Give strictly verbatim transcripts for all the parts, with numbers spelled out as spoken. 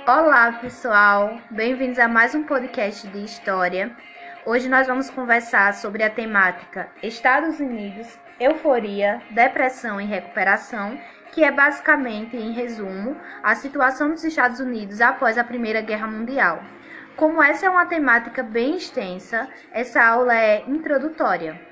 Olá, pessoal! Bem-vindos a mais um podcast de história. Hoje nós vamos conversar sobre a temática Estados Unidos, euforia, depressão e recuperação, que é basicamente, em resumo, a situação dos Estados Unidos após a Primeira Guerra Mundial. Como essa é uma temática bem extensa, essa aula é introdutória.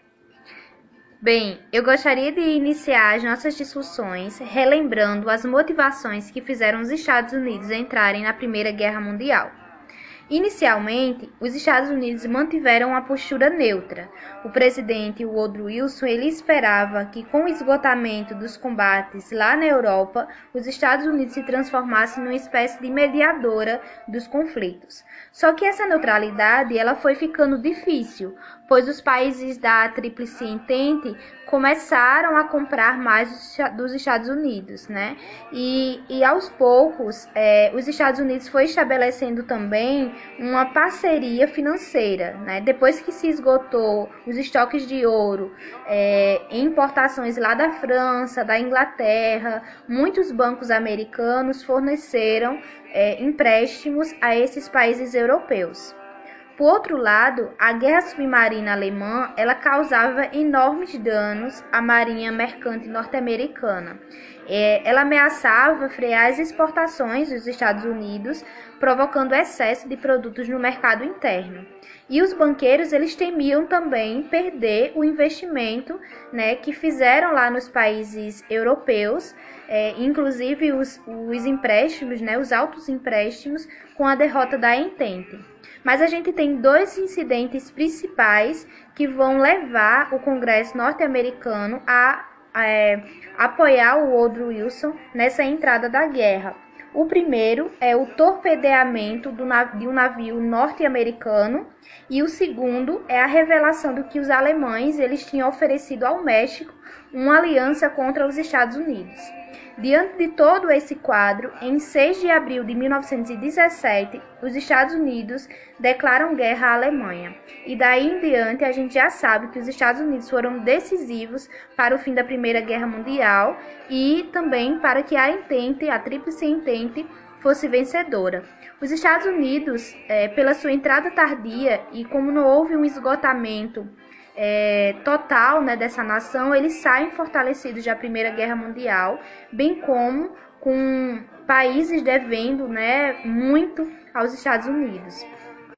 Bem, eu gostaria de iniciar as nossas discussões relembrando as motivações que fizeram os Estados Unidos entrarem na Primeira Guerra Mundial. Inicialmente, os Estados Unidos mantiveram uma postura neutra. O presidente Woodrow Wilson ele esperava que, com o esgotamento dos combates lá na Europa, os Estados Unidos se transformassem numa espécie de mediadora dos conflitos. Só que essa neutralidade ela foi ficando difícil, pois os países da Tríplice Entente começaram a comprar mais dos Estados Unidos, né? E, e aos poucos, é, os Estados Unidos foi estabelecendo também uma parceria financeira, né? Depois que se esgotou os estoques de ouro é, em importações lá da França, da Inglaterra, muitos bancos americanos forneceram é, empréstimos a esses países europeus. Por outro lado, a guerra submarina alemã ela causava enormes danos à marinha mercante norte-americana. Ela ameaçava frear as exportações dos Estados Unidos, provocando excesso de produtos no mercado interno. E os banqueiros eles temiam também perder o investimento, né, que fizeram lá nos países europeus, é, inclusive os, os empréstimos, né, os altos empréstimos, com a derrota da Entente. Mas a gente tem dois incidentes principais que vão levar o Congresso norte-americano a é, apoiar o Woodrow Wilson nessa entrada da guerra. O primeiro é o torpedeamento do nav- de um navio norte-americano e o segundo é a revelação do que os alemães eles tinham oferecido ao México uma aliança contra os Estados Unidos. Diante de todo esse quadro, em seis de abril de mil novecentos e dezessete, os Estados Unidos declaram guerra à Alemanha. E daí em diante, a gente já sabe que os Estados Unidos foram decisivos para o fim da Primeira Guerra Mundial e também para que a Entente, a Tríplice Entente, fosse vencedora. Os Estados Unidos, é, pela sua entrada tardia e como não houve um esgotamento É, total, né, dessa nação, eles saem fortalecidos da Primeira Guerra Mundial, bem como com países devendo, né, muito aos Estados Unidos.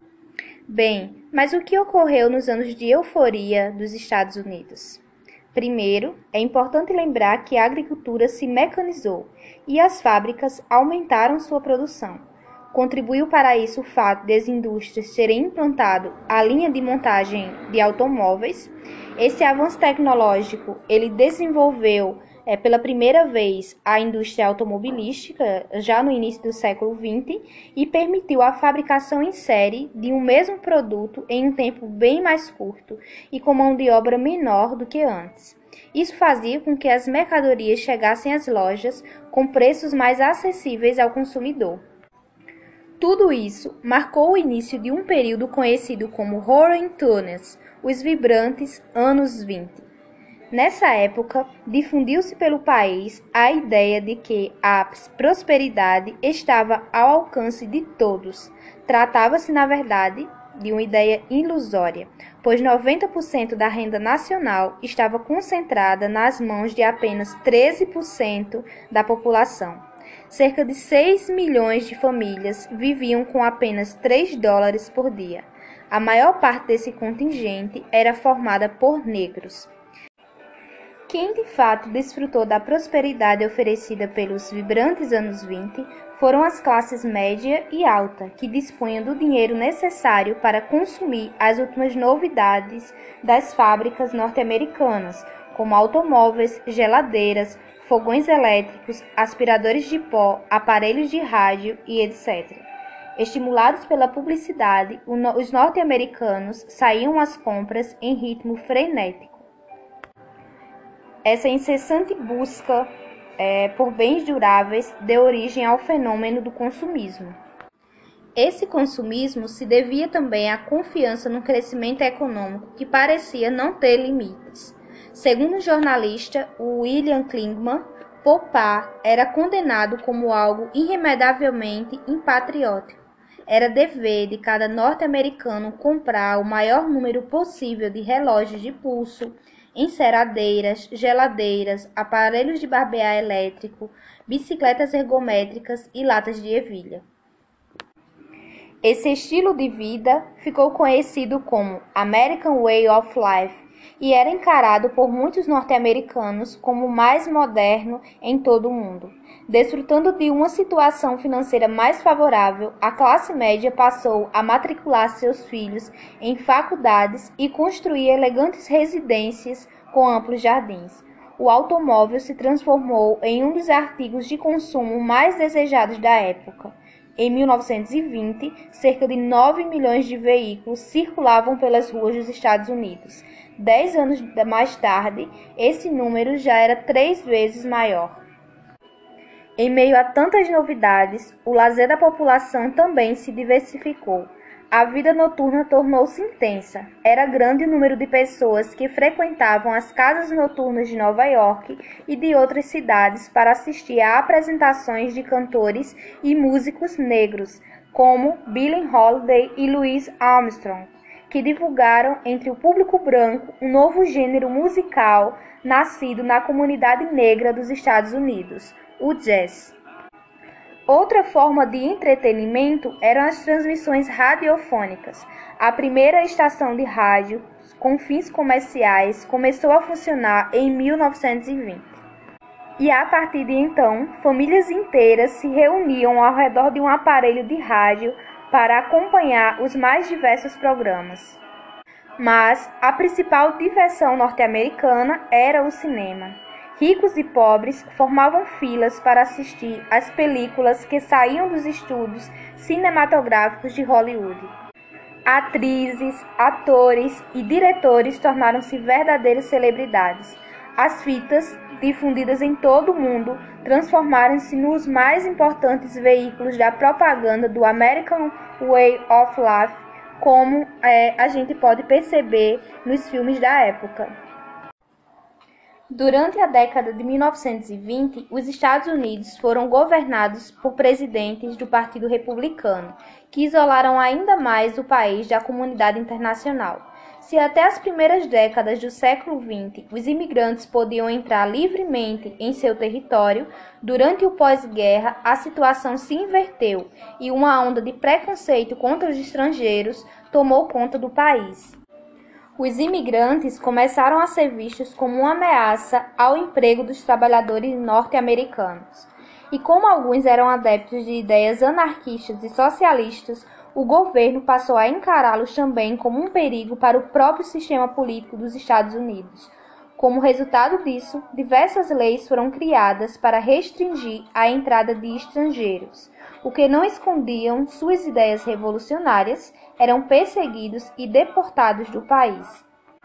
Bem, mas o que ocorreu nos anos de euforia dos Estados Unidos? Primeiro, é importante lembrar que a agricultura se mecanizou e as fábricas aumentaram sua produção. Contribuiu para isso o fato de as indústrias terem implantado a linha de montagem de automóveis. Esse avanço tecnológico ele desenvolveu é, pela primeira vez a indústria automobilística, já no início do século vinte, e permitiu a fabricação em série de um mesmo produto em um tempo bem mais curto e com mão de obra menor do que antes. Isso fazia com que as mercadorias chegassem às lojas com preços mais acessíveis ao consumidor. Tudo isso marcou o início de um período conhecido como Roaring Twenties, os vibrantes anos vinte. Nessa época, difundiu-se pelo país a ideia de que a prosperidade estava ao alcance de todos. Tratava-se, na verdade, de uma ideia ilusória, pois noventa por cento da renda nacional estava concentrada nas mãos de apenas treze por cento da população. Cerca de seis milhões de famílias viviam com apenas três dólares por dia. A maior parte desse contingente era formada por negros. Quem de fato desfrutou da prosperidade oferecida pelos vibrantes anos vinte foram as classes média e alta, que dispunham do dinheiro necessário para consumir as últimas novidades das fábricas norte-americanas, como automóveis, geladeiras, fogões elétricos, aspiradores de pó, aparelhos de rádio e etcétera. Estimulados pela publicidade, os norte-americanos saíam às compras em ritmo frenético. Essa incessante busca é, por bens duráveis deu origem ao fenômeno do consumismo. Esse consumismo se devia também à confiança no crescimento econômico que parecia não ter limites. Segundo o jornalista William Klingman, Popar era condenado como algo irremediavelmente impatriótico. Era dever de cada norte-americano comprar o maior número possível de relógios de pulso, enceradeiras, geladeiras, aparelhos de barbear elétrico, bicicletas ergométricas e latas de ervilha. Esse estilo de vida ficou conhecido como American Way of Life e era encarado por muitos norte-americanos como o mais moderno em todo o mundo. Desfrutando de uma situação financeira mais favorável, a classe média passou a matricular seus filhos em faculdades e construir elegantes residências com amplos jardins. O automóvel se transformou em um dos artigos de consumo mais desejados da época. Em mil novecentos e vinte, cerca de nove milhões de veículos circulavam pelas ruas dos Estados Unidos. Dez anos mais tarde, esse número já era três vezes maior. Em meio a tantas novidades, o lazer da população também se diversificou. A vida noturna tornou-se intensa. Era grande o número de pessoas que frequentavam as casas noturnas de Nova York e de outras cidades para assistir a apresentações de cantores e músicos negros, como Billie Holiday e Louis Armstrong, que divulgaram entre o público branco um novo gênero musical nascido na comunidade negra dos Estados Unidos, o jazz. Outra forma de entretenimento eram as transmissões radiofônicas. A primeira estação de rádio com fins comerciais começou a funcionar em mil novecentos e vinte. E a partir de então, famílias inteiras se reuniam ao redor de um aparelho de rádio para acompanhar os mais diversos programas. Mas a principal diversão norte-americana era o cinema. Ricos e pobres formavam filas para assistir às películas que saíam dos estúdios cinematográficos de Hollywood. Atrizes, atores e diretores tornaram-se verdadeiras celebridades. As fitas, difundidas em todo o mundo, transformaram-se nos mais importantes veículos da propaganda do American Way of Life, como é, a gente pode perceber nos filmes da época. Durante a década de mil novecentos e vinte, os Estados Unidos foram governados por presidentes do Partido Republicano, que isolaram ainda mais o país da comunidade internacional. Se até as primeiras décadas do século vinte os imigrantes podiam entrar livremente em seu território, durante o pós-guerra a situação se inverteu e uma onda de preconceito contra os estrangeiros tomou conta do país. Os imigrantes começaram a ser vistos como uma ameaça ao emprego dos trabalhadores norte-americanos. E como alguns eram adeptos de ideias anarquistas e socialistas, o governo passou a encará-los também como um perigo para o próprio sistema político dos Estados Unidos. Como resultado disso, diversas leis foram criadas para restringir a entrada de estrangeiros. O que não escondiam suas ideias revolucionárias, eram perseguidos e deportados do país.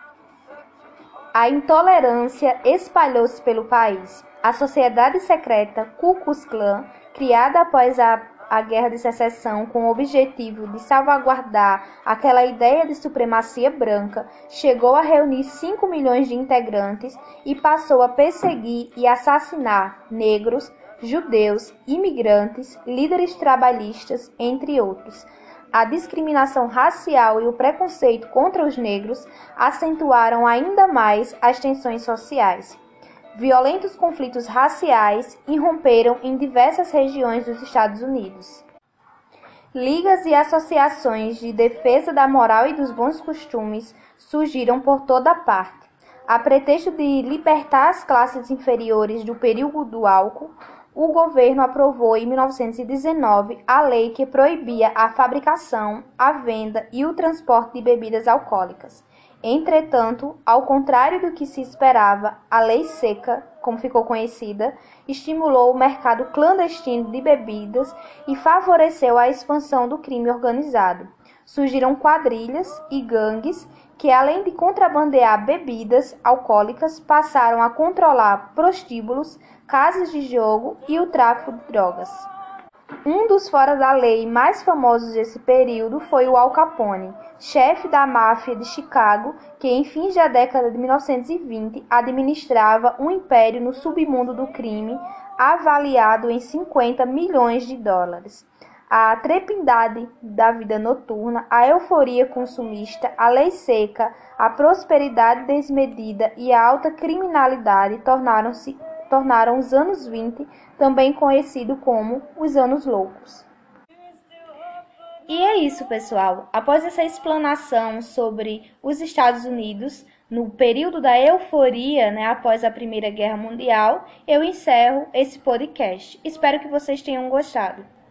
A intolerância espalhou-se pelo país. A sociedade secreta Ku Klux Klan, criada após a, a Guerra de Secessão com o objetivo de salvaguardar aquela ideia de supremacia branca, chegou a reunir cinco milhões de integrantes e passou a perseguir e assassinar negros, judeus, imigrantes, líderes trabalhistas, entre outros. A discriminação racial e o preconceito contra os negros acentuaram ainda mais as tensões sociais. Violentos conflitos raciais irromperam em diversas regiões dos Estados Unidos. Ligas e associações de defesa da moral e dos bons costumes surgiram por toda parte. A pretexto de libertar as classes inferiores do perigo do álcool, o governo aprovou em mil novecentos e dezenove a lei que proibia a fabricação, a venda e o transporte de bebidas alcoólicas. Entretanto, ao contrário do que se esperava, a Lei Seca, como ficou conhecida, estimulou o mercado clandestino de bebidas e favoreceu a expansão do crime organizado. Surgiram quadrilhas e gangues que, além de contrabandear bebidas alcoólicas, passaram a controlar prostíbulos, casas de jogo e o tráfico de drogas. Um dos fora da lei mais famosos desse período foi o Al Capone, chefe da máfia de Chicago, que em fins da década de mil novecentos e vinte administrava um império no submundo do crime avaliado em cinquenta milhões de dólares. A trepidante da vida noturna, a euforia consumista, a lei seca, a prosperidade desmedida e a alta criminalidade tornaram-se tornaram os anos vinte, também conhecido como os anos loucos. E é isso, pessoal. Após essa explanação sobre os Estados Unidos, no período da euforia, né, após a Primeira Guerra Mundial, eu encerro esse podcast. Espero que vocês tenham gostado.